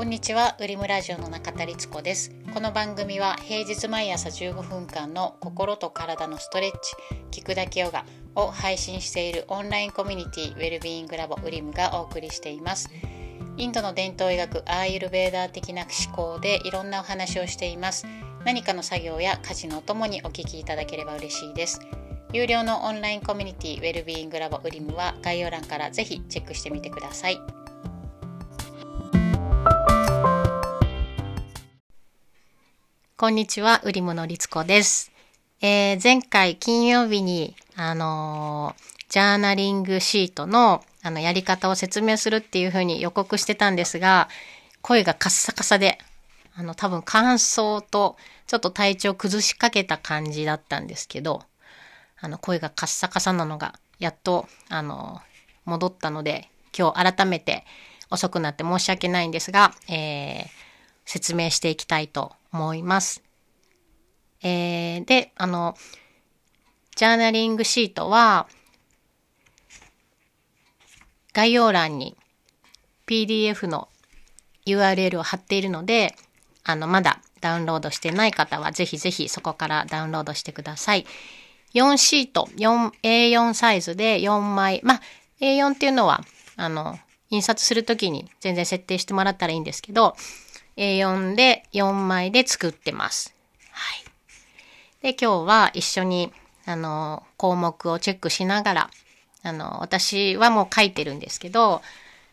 こんにちは、ウリムラジオの中田律子です。この番組は平日毎朝15分間の心と体のストレッチ、聞くだけヨガを配信しているオンラインコミュニティウェルビーイングラボウリムがお送りしています。インドの伝統医学アーユルヴェーダー的な思考でいろんなお話をしています。何かの作業や家事のお供にお聞きいただければ嬉しいです。有料のオンラインコミュニティウェルビーイングラボウリムは概要欄からぜひチェックしてみてください。こんにちは、ウリムの律子です。前回金曜日にジャーナリングシートのやり方を説明するっていう風に予告してたんですが、声がカッサカサで多分乾燥とちょっと体調崩しかけた感じだったんですけど、声がカッサカサなのがやっと戻ったので、今日改めて遅くなって申し訳ないんですが、説明していきたいと思います。で、ジャーナリングシートは概要欄に PDF の URL を貼っているので、まだダウンロードしてない方はぜひぜひそこからダウンロードしてください。4シート、A4 サイズで4枚。A4 っていうのは、印刷するときに全然設定してもらったらいいんですけど、A4 で4枚で作ってます。はい。で、今日は一緒に、項目をチェックしながら、私はもう書いてるんですけど、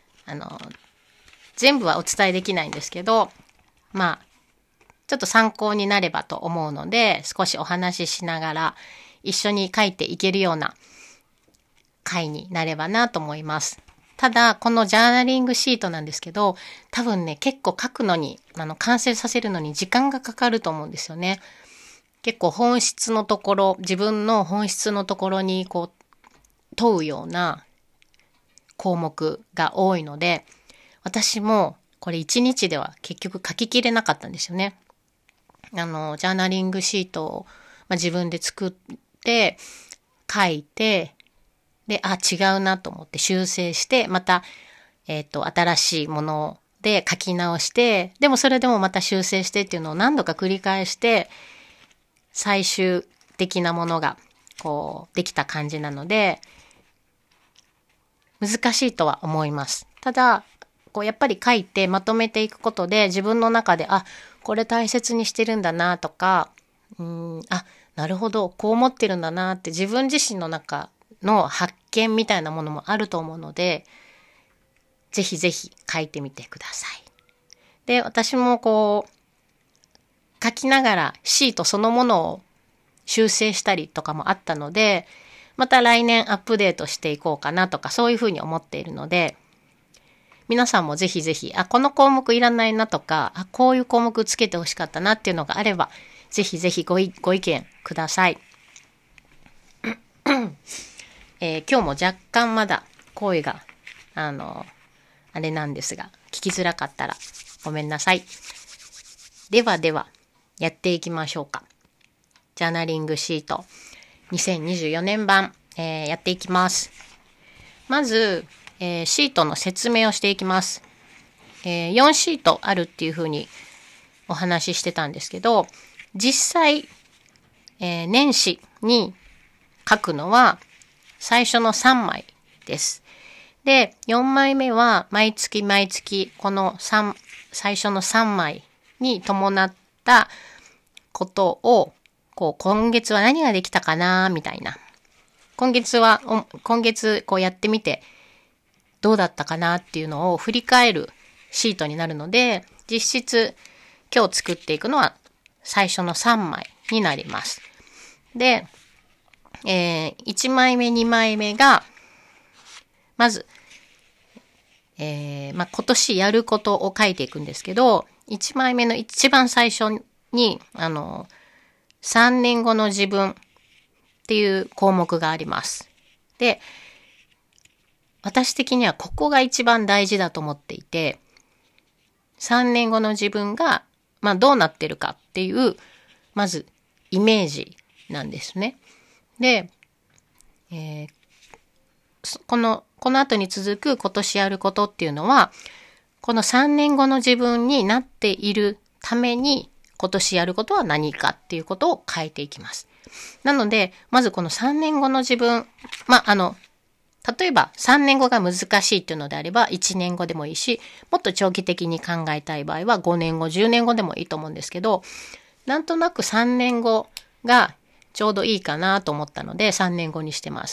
全部はお伝えできないんですけど、ちょっと参考になればと思うので、少しお話ししながら、一緒に書いていけるような回になればなと思います。ただ、このジャーナリングシートなんですけど、多分ね、結構書くのに、完成させるのに時間がかかると思うんですよね。結構本質のところ、自分の本質のところに問うような項目が多いので、私もこれ1日では結局書ききれなかったんですよね。ジャーナリングシートを、自分で作って書いて、で、違うなと思って修正して、また、新しいもので書き直して、でもそれでもまた修正してっていうのを何度か繰り返して、最終的なものが、できた感じなので、難しいとは思います。ただ、やっぱり書いてまとめていくことで、自分の中で、これ大切にしてるんだなとか、なるほど、こう思ってるんだなって自分自身の中の発見みたいなものもあると思うので、ぜひぜひ書いてみてください。で、私も書きながらシートそのものを修正したりとかもあったので、また来年アップデートしていこうかなとか、そういうふうに思っているので、皆さんもぜひぜひ、この項目いらないなとか、こういう項目つけてほしかったなっていうのがあれば、ぜひぜひご意見ください。今日も若干まだ声が、あれなんですが、聞きづらかったらごめんなさい。では、やっていきましょうか。ジャーナリングシート2024年版、やっていきます。まず、シートの説明をしていきます。4シートあるっていうふうにお話ししてたんですけど、実際、年始に書くのは最初の3枚です。で、4枚目は毎月毎月この最初の3枚に伴ったことを今月は何ができたかなみたいな。今月やってみてどうだったかなっていうのを振り返るシートになるので、実質今日作っていくのは最初の3枚になります。で、1枚目、2枚目が、まず、今年やることを書いていくんですけど、1枚目の一番最初に、3年後の自分っていう項目があります。で、私的にはここが一番大事だと思っていて、3年後の自分が、どうなってるかっていう、まずイメージなんですね。で、この後に続く今年やることっていうのは、 この3年後の自分になっているために今年やることは何かっていうことを変えていきます。なので、まずこの3年後の自分、例えば3年後が難しいっていうのであれば1年後でもいいし、もっと長期的に考えたい場合は5年後、10年後でもいいと思うんですけど、なんとなく3年後がちょうどいいかなと思ったので3年後にしてます。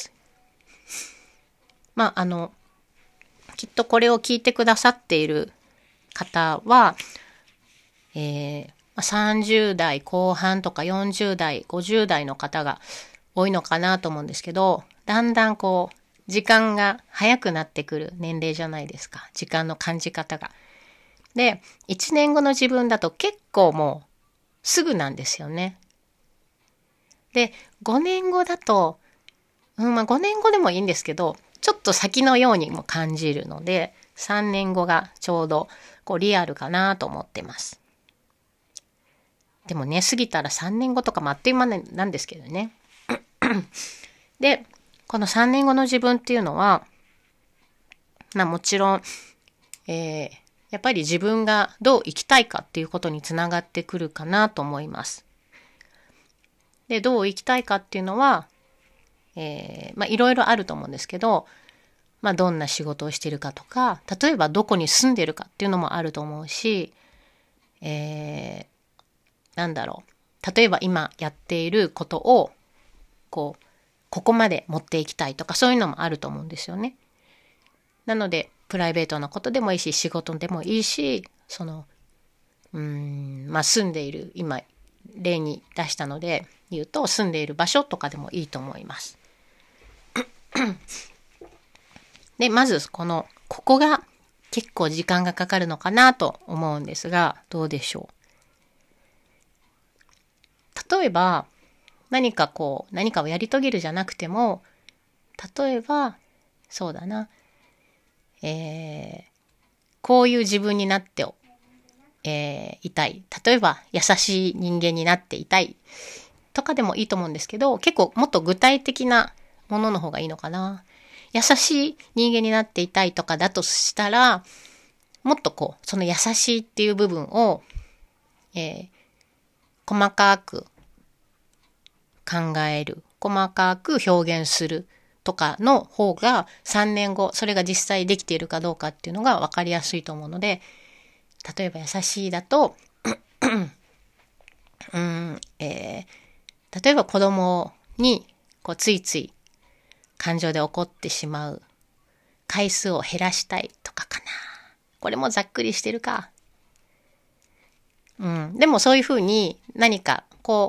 きっとこれを聞いてくださっている方は、30代後半とか40代、50代の方が多いのかなと思うんですけど、だんだん時間が早くなってくる年齢じゃないですか。時間の感じ方が。で、1年後の自分だと結構もうすぐなんですよね。で、5年後だと、5年後でもいいんですけど、ちょっと先のようにも感じるので、3年後がちょうどリアルかなと思ってます。でもね、過ぎたら3年後とかもあっという間なんですけどね。で、この3年後の自分っていうのは、もちろん、やっぱり自分がどう生きたいかっていうことにつながってくるかなと思います。で、どう生きたいかっていうのは、いろいろあると思うんですけど、どんな仕事をしているかとか、例えばどこに住んでるかっていうのもあると思うし、例えば今やっていることを、ここまで持っていきたいとか、そういうのもあると思うんですよね。なので、プライベートなことでもいいし、仕事でもいいし、住んでいる、今、例に出したので言うと、住んでいる場所とかでもいいと思います。で、まずここが結構時間がかかるのかなと思うんですが、どうでしょう。例えば、何かをやり遂げるじゃなくても、例えば、そうだな、こういう自分になっていたい。例えば、優しい人間になっていたいとかでもいいと思うんですけど、結構もっと具体的なものの方がいいのかな。優しい人間になっていたいとかだとしたら、もっとその優しいっていう部分を、細かく考える、細かく表現するとかの方が3年後、それが実際できているかどうかっていうのが分かりやすいと思うので、例えば優しいだと、例えば子供についつい感情で怒ってしまう回数を減らしたいとかかな。これもざっくりしてるか。でもそういうふうに何か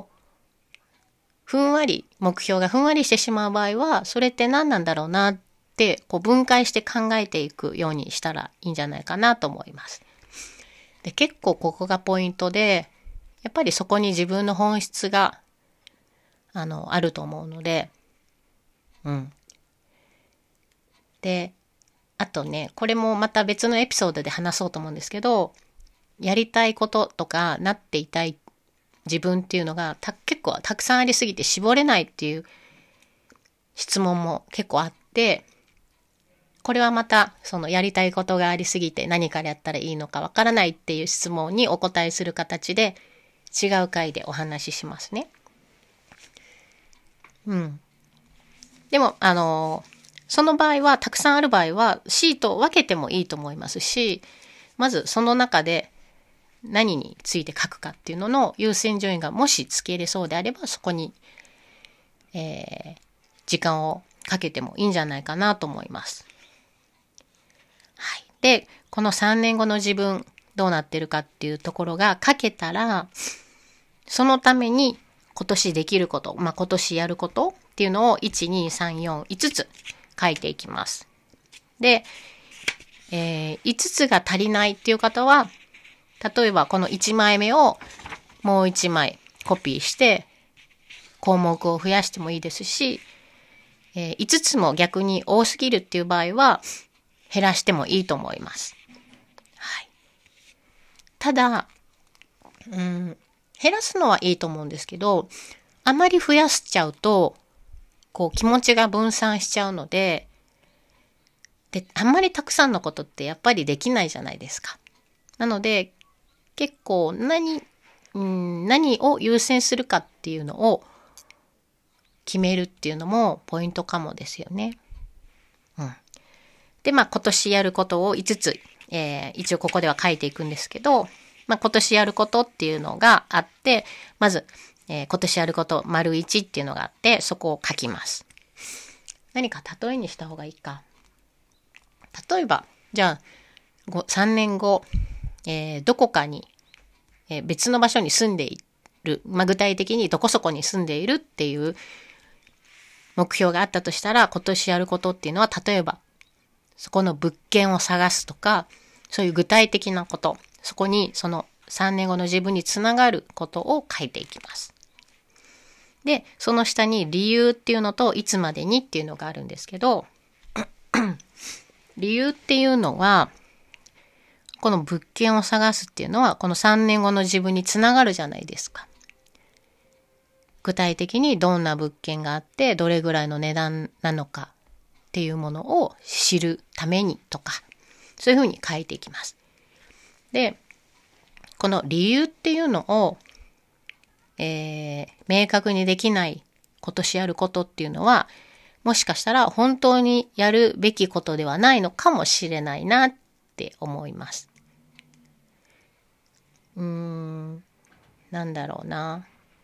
目標がふんわりしてしまう場合は、それって何なんだろうなって分解して考えていくようにしたらいいんじゃないかなと思います。で、結構ここがポイントで、やっぱりそこに自分の本質があると思うので、で、あとね、これもまた別のエピソードで話そうと思うんですけど、やりたいこととかなっていたい自分っていうのが結構たくさんありすぎて絞れないっていう質問も結構あって、これはまたそのやりたいことがありすぎて何からやったらいいのかわからないっていう質問にお答えする形で違う回でお話ししますね。でもその場合はたくさんある場合はシートを分けてもいいと思いますし、まずその中で何について書くかっていうのの優先順位がもしつけれそうであれば、そこに、時間をかけてもいいんじゃないかなと思います。はい。で、この3年後の自分どうなってるかっていうところが書けたら、そのために今年できること、今年やることっていうのを1、2、3、4、5つ書いていきます。で、5つが足りないっていう方は、例えばこの1枚目をもう1枚コピーして項目を増やしてもいいですし、5つも逆に多すぎるっていう場合は減らしてもいいと思います。はい。ただ、減らすのはいいと思うんですけど、あまり増やしちゃうと気持ちが分散しちゃうので、 あんまりたくさんのことってやっぱりできないじゃないですか。なので、結構何を優先するかっていうのを決めるっていうのもポイントかもですよね。で、今年やることを5つ、一応ここでは書いていくんですけど、今年やることっていうのがあって、まず、今年やること、丸1っていうのがあって、そこを書きます。何か例えにした方がいいか。例えば、じゃあ、3年後、どこかに、別の場所に住んでいる、具体的にどこそこに住んでいるっていう目標があったとしたら、今年やることっていうのは、例えば、そこの物件を探すとか、そういう具体的なこと、そこにその3年後の自分につながることを書いていきます。で、その下に理由っていうのといつまでにっていうのがあるんですけど、理由っていうのは、この物件を探すっていうのは、この3年後の自分につながるじゃないですか。具体的にどんな物件があって、どれぐらいの値段なのかっていうものを知るためにとか、そういうふうに書いていきます。で、この理由っていうのを、明確にできない今年やることっていうのは、もしかしたら本当にやるべきことではないのかもしれないなって思います。なんだろうな。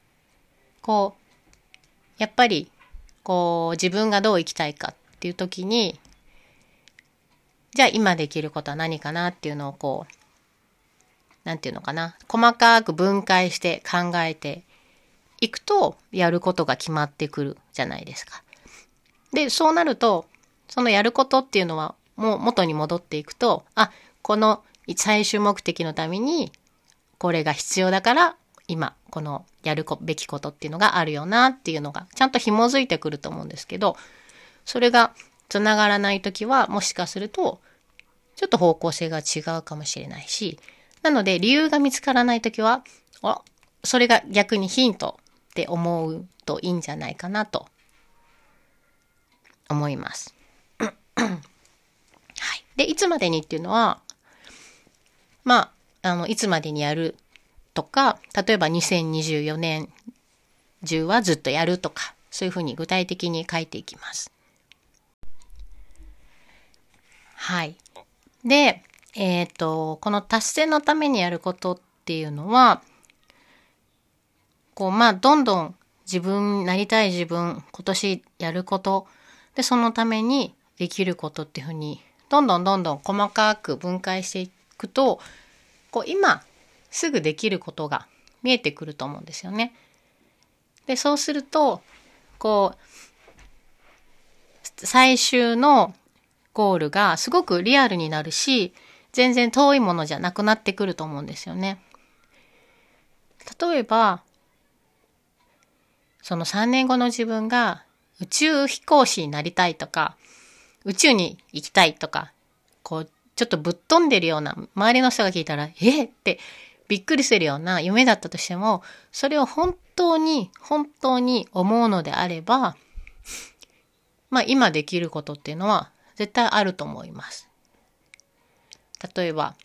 やっぱり、自分がどう生きたいかっていう時に、じゃあ今できることは何かなっていうのをなんていうのかな。細かく分解して考えていくと、やることが決まってくるじゃないですか。で、そうなると、そのやることっていうのはもう元に戻っていくと、この最終目的のためにこれが必要だから、今このやるべきことっていうのがあるよなっていうのがちゃんと紐づいてくると思うんですけど、それがつながらないときはもしかするとちょっと方向性が違うかもしれないし、なので理由が見つからないときは、それが逆にヒントって思うといいんじゃないかなと思います。はい。で、いつまでにっていうのは、いつまでにやるとか、例えば2024年中はずっとやるとか、そういうふうに具体的に書いていきます。はい。で、この達成のためにやることっていうのは、どんどんなりたい自分、今年やること、で、そのためにできることっていうふうに、どんどん細かく分解していくと、今すぐできることが見えてくると思うんですよね。で、そうすると、最終のゴールがすごくリアルになるし、全然遠いものじゃなくなってくると思うんですよね。例えば、その3年後の自分が宇宙飛行士になりたいとか、宇宙に行きたいとか、ちょっとぶっ飛んでるような、周りの人が聞いたら、ってびっくりするような夢だったとしても、それを本当に思うのであれば、今できることっていうのは絶対あると思います。例えば、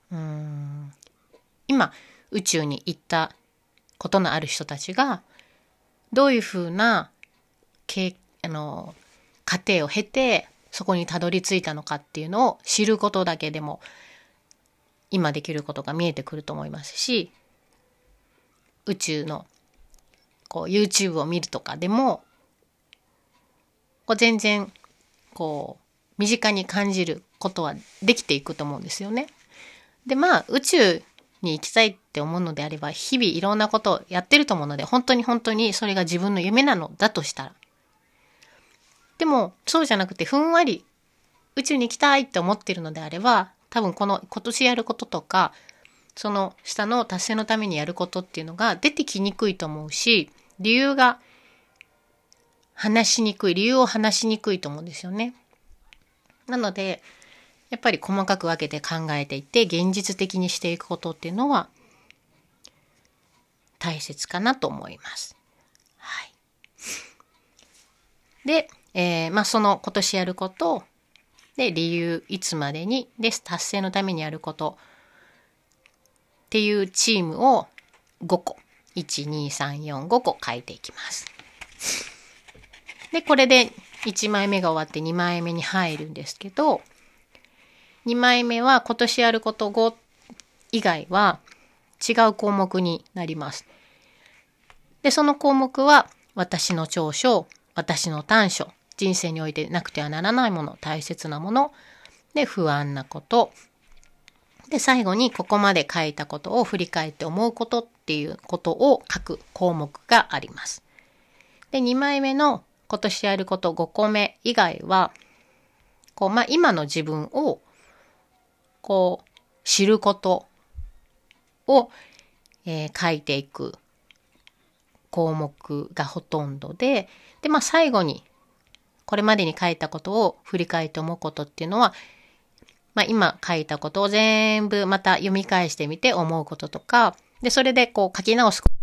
今宇宙に行ったことのある人たちが、どういうふうな過程を経て、そこにたどり着いたのかっていうのを知ることだけでも、今できることが見えてくると思いますし、宇宙のYouTube を見るとかでも、全然身近に感じることはできていくと思うんですよね。で、宇宙に行きたいって思うのであれば、日々いろんなことをやってると思うので、本当にそれが自分の夢なのだとしたら。でも、そうじゃなくて、ふんわり宇宙に行きたいって思ってるのであれば、多分今年やることとか、その下の達成のためにやることっていうのが出てきにくいと思うし、理由を話しにくいと思うんですよね。なので、やっぱり細かく分けて考えていって、現実的にしていくことっていうのは大切かなと思います。はい。で、その今年やることで、理由、いつまでに、で、達成のためにやることっていうチームを5個。1、2、3、4、5個書いていきます。で、これで1枚目が終わって2枚目に入るんですけど、2枚目は今年やること5以外は違う項目になります。で、その項目は私の長所、私の短所、人生においてなくてはならないもの、大切なもの、で、不安なこと、で、最後にここまで書いたことを振り返って思うことっていうことを書く項目があります。で、2枚目の今年やること5個目以外は、今の自分を、知ることを、書いていく項目がほとんどで、最後に、これまでに書いたことを振り返って思うことっていうのは、今書いたことを全部また読み返してみて思うこととか、で、それで書き直すこ